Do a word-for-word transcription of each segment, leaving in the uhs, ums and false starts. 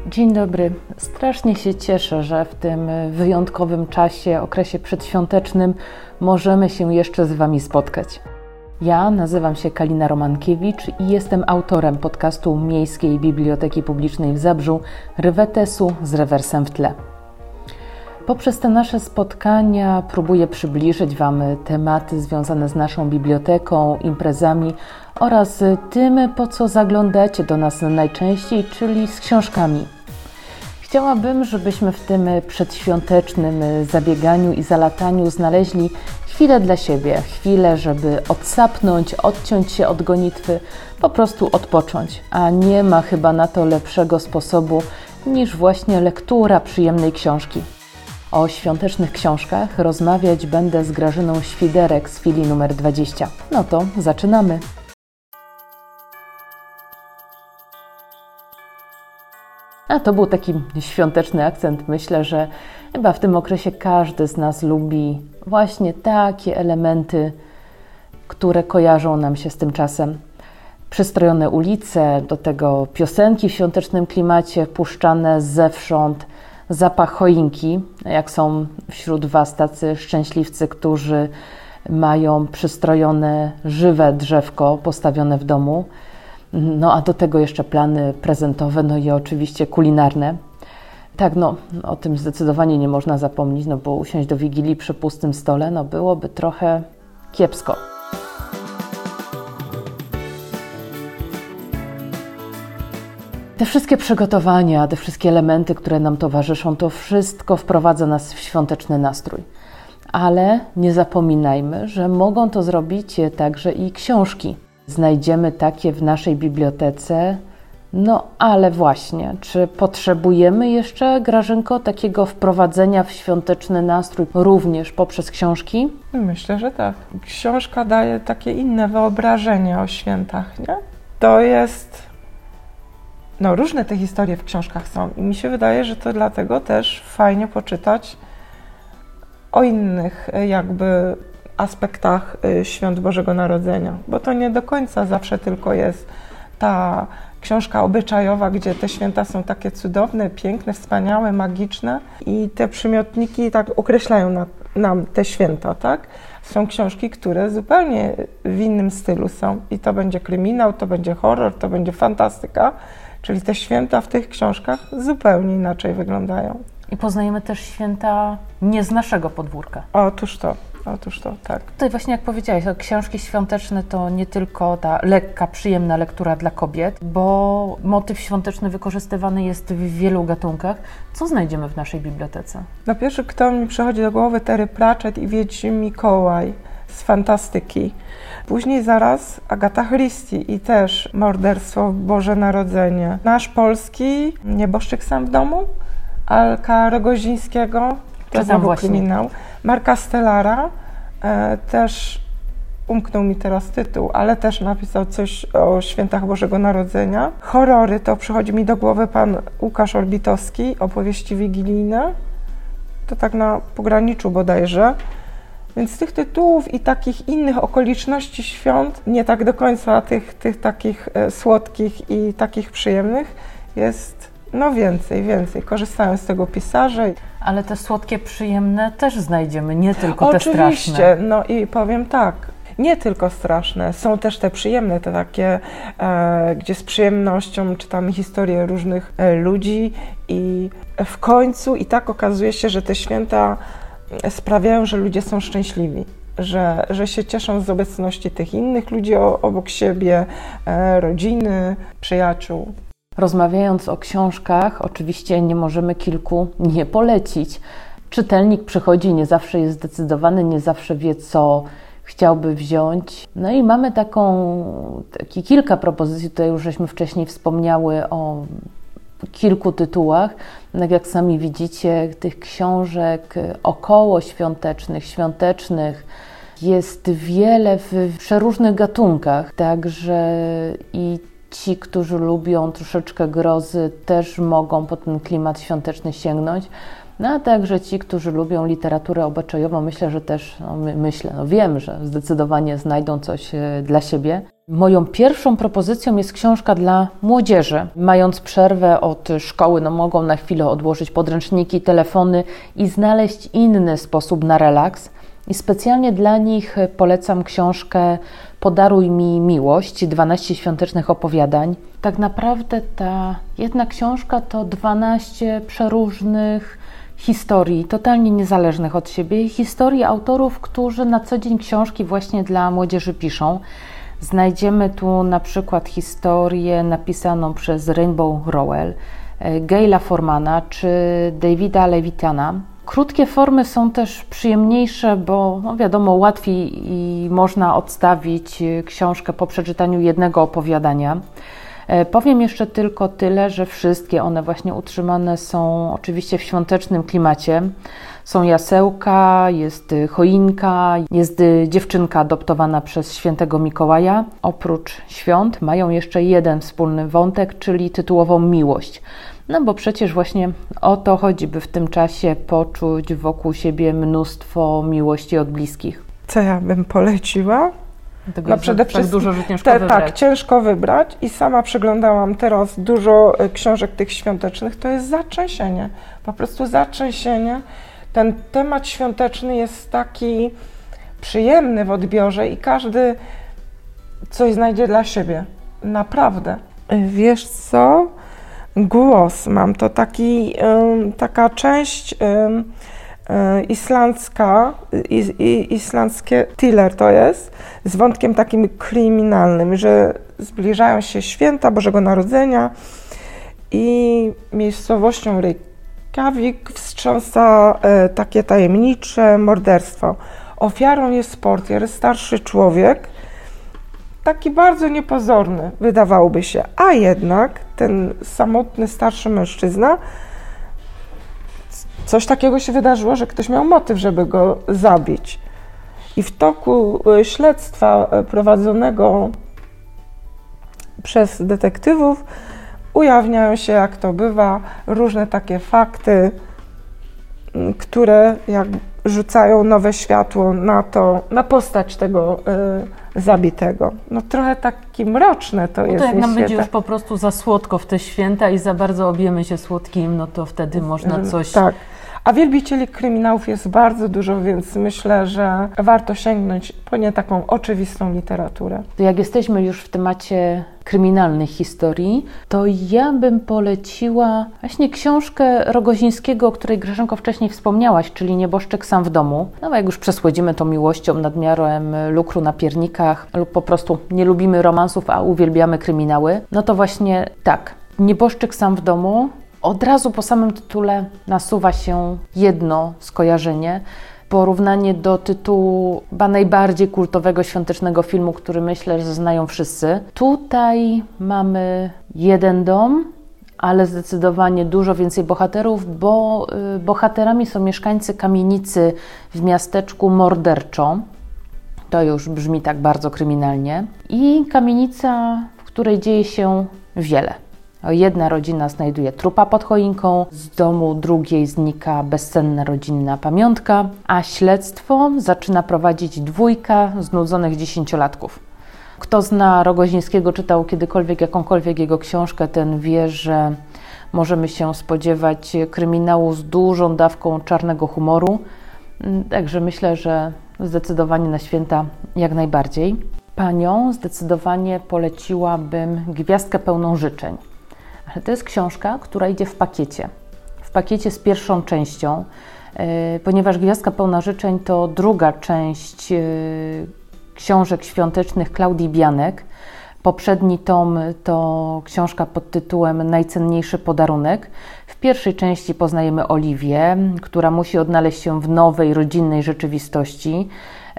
Dzień dobry. Strasznie się cieszę, że w tym wyjątkowym czasie, okresie przedświątecznym możemy się jeszcze z Wami spotkać. Ja nazywam się Kalina Romankiewicz i jestem autorem podcastu Miejskiej Biblioteki Publicznej w Zabrzu Rywetesu z rewersem w tle. Poprzez te nasze spotkania próbuję przybliżyć Wam tematy związane z naszą biblioteką, imprezami oraz tym, po co zaglądacie do nas najczęściej, czyli z książkami. Chciałabym, żebyśmy w tym przedświątecznym zabieganiu i zalataniu znaleźli chwilę dla siebie, chwilę, żeby odsapnąć, odciąć się od gonitwy, po prostu odpocząć. A nie ma chyba na to lepszego sposobu niż właśnie lektura przyjemnej książki. O świątecznych książkach rozmawiać będę z Grażyną Świderek z filii numer dwadzieścia. No to zaczynamy! A to był taki świąteczny akcent. Myślę, że chyba w tym okresie każdy z nas lubi właśnie takie elementy, które kojarzą nam się z tym czasem. Przystrojone ulice, do tego piosenki w świątecznym klimacie, puszczane zewsząd, zapach choinki. Jak są wśród Was tacy szczęśliwcy, którzy mają przystrojone żywe drzewko postawione w domu. No a do tego jeszcze plany prezentowe, no i oczywiście kulinarne. Tak, no o tym zdecydowanie nie można zapomnieć, no bo usiąść do Wigilii przy pustym stole, no byłoby trochę kiepsko. Te wszystkie przygotowania, te wszystkie elementy, które nam towarzyszą, to wszystko wprowadza nas w świąteczny nastrój. Ale nie zapominajmy, że mogą to zrobić także i książki. Znajdziemy takie w naszej bibliotece. No ale właśnie, czy potrzebujemy jeszcze, Grażynko, takiego wprowadzenia w świąteczny nastrój również poprzez książki? Myślę, że tak. Książka daje takie inne wyobrażenie o świętach, nie? To jest... No różne te historie w książkach są i mi się wydaje, że to dlatego też fajnie poczytać o innych jakby aspektach świąt Bożego Narodzenia, bo to nie do końca zawsze tylko jest ta książka obyczajowa, gdzie te święta są takie cudowne, piękne, wspaniałe, magiczne i te przymiotniki tak określają na, nam te święta, tak? Są książki, które zupełnie w innym stylu są i to będzie kryminał, to będzie horror, to będzie fantastyka, czyli te święta w tych książkach zupełnie inaczej wyglądają. I poznajemy też święta nie z naszego podwórka. Otóż to. Otóż to, tak. Tutaj właśnie jak powiedziałeś, książki świąteczne to nie tylko ta lekka, przyjemna lektura dla kobiet, bo motyw świąteczny wykorzystywany jest w wielu gatunkach. Co znajdziemy w naszej bibliotece? No pierwszy, kto mi przychodzi do głowy, Terry Pratchett i Wiedźmin Mikołaj z fantastyki. Później zaraz Agata Christie i też Morderstwo w Boże Narodzenie. Nasz polski Nieboszczyk sam w domu, Alka Rogozińskiego, to znowu kryminał. Marka Stellara, e, też umknął mi teraz tytuł, ale też napisał coś o świętach Bożego Narodzenia. Horrory to przychodzi mi do głowy pan Łukasz Orbitowski, opowieści wigilijne. To tak na pograniczu bodajże. Więc z tych tytułów i takich innych okoliczności świąt, nie tak do końca tych, tych takich e, słodkich i takich przyjemnych, jest no więcej, więcej. Korzystają z tego pisarze. Ale te słodkie, przyjemne też znajdziemy, nie tylko Oczywiście, te straszne. Oczywiście, no i powiem tak, nie tylko straszne, są też te przyjemne, te takie, e, gdzie z przyjemnością czytamy historie różnych e, ludzi i w końcu i tak okazuje się, że te święta sprawiają, że ludzie są szczęśliwi, że, że się cieszą z obecności tych innych ludzi o, obok siebie, e, rodziny, przyjaciół. Rozmawiając o książkach, oczywiście nie możemy kilku nie polecić. Czytelnik przychodzi, nie zawsze jest zdecydowany, nie zawsze wie, co chciałby wziąć. No i mamy taką, taki kilka propozycji, tutaj już żeśmy wcześniej wspomniały o kilku tytułach. Tak jak sami widzicie, tych książek około świątecznych, świątecznych jest wiele w przeróżnych gatunkach, także i ci, którzy lubią troszeczkę grozy, też mogą po ten klimat świąteczny sięgnąć. No a także ci, którzy lubią literaturę obyczajową, myślę, że też, no my, myślę, no wiem, że zdecydowanie znajdą coś dla siebie. Moją pierwszą propozycją jest książka dla młodzieży. Mając przerwę od szkoły, no mogą na chwilę odłożyć podręczniki, telefony i znaleźć inny sposób na relaks. I specjalnie dla nich polecam książkę Podaruj mi miłość, dwanaście świątecznych opowiadań. Tak naprawdę ta jedna książka to dwanaście przeróżnych historii, totalnie niezależnych od siebie. Historii autorów, którzy na co dzień książki właśnie dla młodzieży piszą. Znajdziemy tu na przykład historię napisaną przez Rainbow Rowell, Gaila Formana czy Davida Levitana. Krótkie formy są też przyjemniejsze, bo no wiadomo, łatwiej i można odstawić książkę po przeczytaniu jednego opowiadania. Powiem jeszcze tylko tyle, że wszystkie one właśnie utrzymane są oczywiście w świątecznym klimacie. Są jasełka, jest choinka, jest dziewczynka adoptowana przez świętego Mikołaja. Oprócz świąt mają jeszcze jeden wspólny wątek, czyli tytułową miłość. No bo przecież właśnie o to chodzi, by w tym czasie poczuć wokół siebie mnóstwo miłości od bliskich. Co ja bym poleciła? Tego no przede wszystkim tak dużo, że ciężko te, wybrać. Tak, ciężko wybrać i sama przeglądałam teraz dużo książek tych świątecznych, to jest zatrzęsienie, po prostu zatrzęsienie. Ten temat świąteczny jest taki przyjemny w odbiorze i każdy coś znajdzie dla siebie, naprawdę. Wiesz co? Głos mam, to taki, taka część islandzka, is, islandzkie thriller to jest, z wątkiem takim kryminalnym, że zbliżają się święta Bożego Narodzenia i miejscowością Reykjavik wstrząsa takie tajemnicze morderstwo. Ofiarą jest portier, starszy człowiek, taki bardzo niepozorny, wydawałoby się, a jednak ten samotny, starszy mężczyzna, coś takiego się wydarzyło, że ktoś miał motyw, żeby go zabić. I w toku śledztwa prowadzonego przez detektywów ujawniają się, jak to bywa, różne takie fakty, które jak rzucają nowe światło na to, na postać tego y, zabitego. No trochę takie mroczne to no to jest. jak nam niestety. będzie już po prostu za słodko w te święta i za bardzo objemy się słodkim, no to wtedy można coś... Tak. A wielbicieli kryminałów jest bardzo dużo, więc myślę, że warto sięgnąć po nie taką oczywistą literaturę. To jak jesteśmy już w temacie kryminalnych historii, to ja bym poleciła właśnie książkę Rogozińskiego, o której Grażynko wcześniej wspomniałaś, czyli Nieboszczyk sam w domu. No jak już przesłodzimy to miłością, nadmiarem lukru na piernikach lub po prostu nie lubimy romansów, a uwielbiamy kryminały, no to właśnie tak, Nieboszczyk sam w domu. Od razu po samym tytule nasuwa się jedno skojarzenie, porównanie do tytułu chyba najbardziej kultowego świątecznego filmu, który myślę, że znają wszyscy. Tutaj mamy jeden dom, ale zdecydowanie dużo więcej bohaterów, bo y, bohaterami są mieszkańcy kamienicy w miasteczku Morderczo. To już brzmi tak bardzo kryminalnie. I kamienica, w której dzieje się wiele. Jedna rodzina znajduje trupa pod choinką, z domu drugiej znika bezcenna rodzinna pamiątka, a śledztwo zaczyna prowadzić dwójka znudzonych dziesięciolatków. Kto zna Rogozińskiego, czytał kiedykolwiek jakąkolwiek jego książkę, ten wie, że możemy się spodziewać kryminału z dużą dawką czarnego humoru. Także myślę, że zdecydowanie na święta jak najbardziej. Panią zdecydowanie poleciłabym Gwiazdkę pełną życzeń. Ale to jest książka, która idzie w pakiecie. W pakiecie z pierwszą częścią, yy, ponieważ Gwiazdka pełna życzeń to druga część yy, książek świątecznych Klaudii Bianek. Poprzedni tom to książka pod tytułem Najcenniejszy podarunek. W pierwszej części poznajemy Oliwię, która musi odnaleźć się w nowej, rodzinnej rzeczywistości,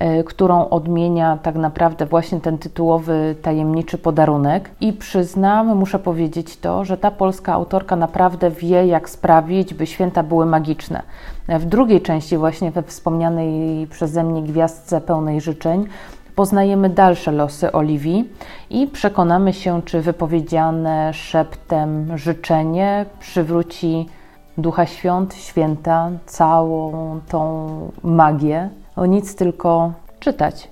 którą odmienia tak naprawdę właśnie ten tytułowy tajemniczy podarunek. I przyznam, muszę powiedzieć to, że ta polska autorka naprawdę wie, jak sprawić, by święta były magiczne. W drugiej części, właśnie we wspomnianej przeze mnie Gwiazdce pełnej życzeń, poznajemy dalsze losy Oliwii i przekonamy się, czy wypowiedziane szeptem życzenie przywróci Ducha Świąt, święta, całą tą magię. O nic, tylko czytać.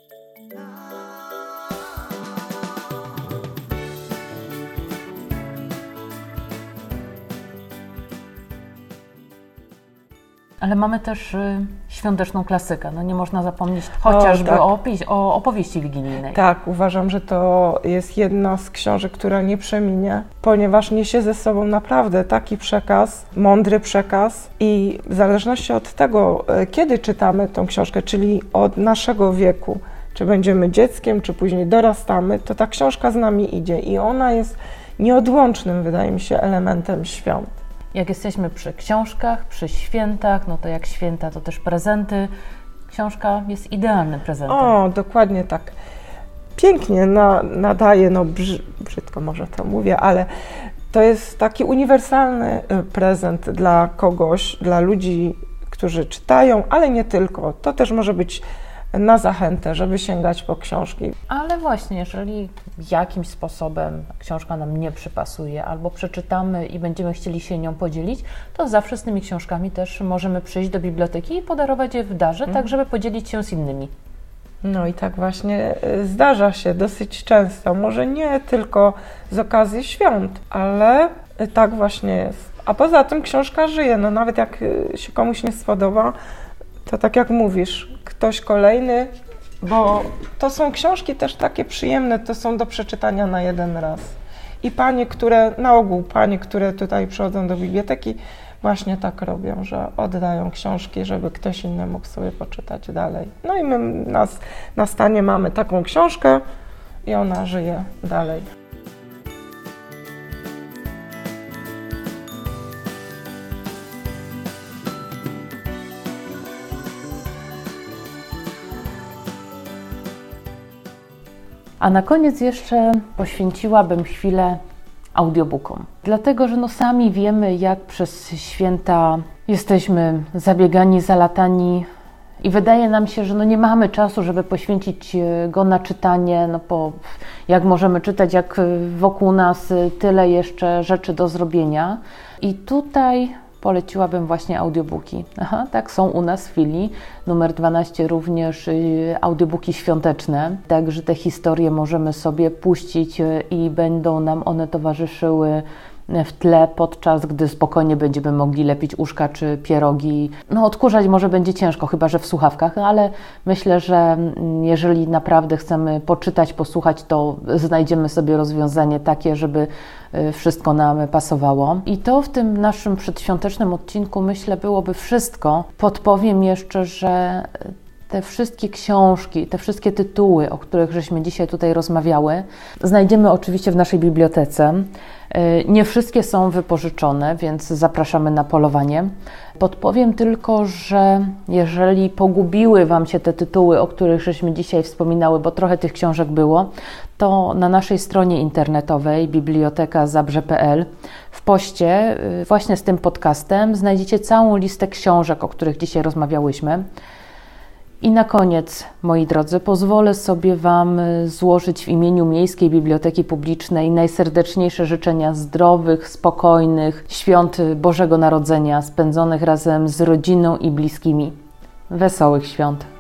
Ale mamy też y, świąteczną klasykę. No nie można zapomnieć chociażby o, tak. o, opis, o opowieści wigilijnej. Tak, uważam, że to jest jedna z książek, która nie przeminie, ponieważ niesie ze sobą naprawdę taki przekaz, mądry przekaz i w zależności od tego, kiedy czytamy tą książkę, czyli od naszego wieku, czy będziemy dzieckiem, czy później dorastamy, to ta książka z nami idzie i ona jest nieodłącznym, wydaje mi się, elementem świąt. Jak jesteśmy przy książkach, przy świętach, no to jak święta, to też prezenty. Książka jest idealnym prezentem. O, dokładnie tak. Pięknie na, nadaje, no brzy, brzydko może to mówię, ale to jest taki uniwersalny prezent dla kogoś, dla ludzi, którzy czytają, ale nie tylko. To też może być na zachętę, żeby sięgać po książki. Ale właśnie, jeżeli jakimś sposobem książka nam nie przypasuje albo przeczytamy i będziemy chcieli się nią podzielić, to zawsze z tymi książkami też możemy przyjść do biblioteki i podarować je w darze, mm. tak żeby podzielić się z innymi. No i tak właśnie zdarza się dosyć często, może nie tylko z okazji świąt, ale tak właśnie jest. A poza tym książka żyje, no nawet jak się komuś nie spodoba, to tak jak mówisz, ktoś kolejny, bo to są książki też takie przyjemne, to są do przeczytania na jeden raz. I panie, które, na ogół panie, które tutaj przychodzą do biblioteki, właśnie tak robią, że oddają książki, żeby ktoś inny mógł sobie poczytać dalej. No i my na, na stanie mamy taką książkę i ona żyje dalej. A na koniec jeszcze poświęciłabym chwilę audiobookom. Dlatego, że no sami wiemy, jak przez święta jesteśmy zabiegani, zalatani i wydaje nam się, że no nie mamy czasu, żeby poświęcić go na czytanie, no bo jak możemy czytać, jak wokół nas tyle jeszcze rzeczy do zrobienia. I tutaj poleciłabym właśnie audiobooki. Aha, tak, są u nas w filii numer dwanaście również y, audiobooki świąteczne, także te historie możemy sobie puścić y, i będą nam one towarzyszyły w tle, podczas gdy spokojnie będziemy mogli lepić uszka czy pierogi. No odkurzać może będzie ciężko, chyba że w słuchawkach, ale myślę, że jeżeli naprawdę chcemy poczytać, posłuchać, to znajdziemy sobie rozwiązanie takie, żeby wszystko nam pasowało. I to w tym naszym przedświątecznym odcinku, myślę, byłoby wszystko. Podpowiem jeszcze, że te wszystkie książki, te wszystkie tytuły, o których żeśmy dzisiaj tutaj rozmawiały, znajdziemy oczywiście w naszej bibliotece. Nie wszystkie są wypożyczone, więc zapraszamy na polowanie. Podpowiem tylko, że jeżeli pogubiły Wam się te tytuły, o których żeśmy dzisiaj wspominały, bo trochę tych książek było, to na naszej stronie internetowej biblioteka zabrze kropka p l w poście właśnie z tym podcastem znajdziecie całą listę książek, o których dzisiaj rozmawiałyśmy. I na koniec, moi drodzy, pozwolę sobie Wam złożyć w imieniu Miejskiej Biblioteki Publicznej najserdeczniejsze życzenia zdrowych, spokojnych świąt Bożego Narodzenia, spędzonych razem z rodziną i bliskimi. Wesołych świąt!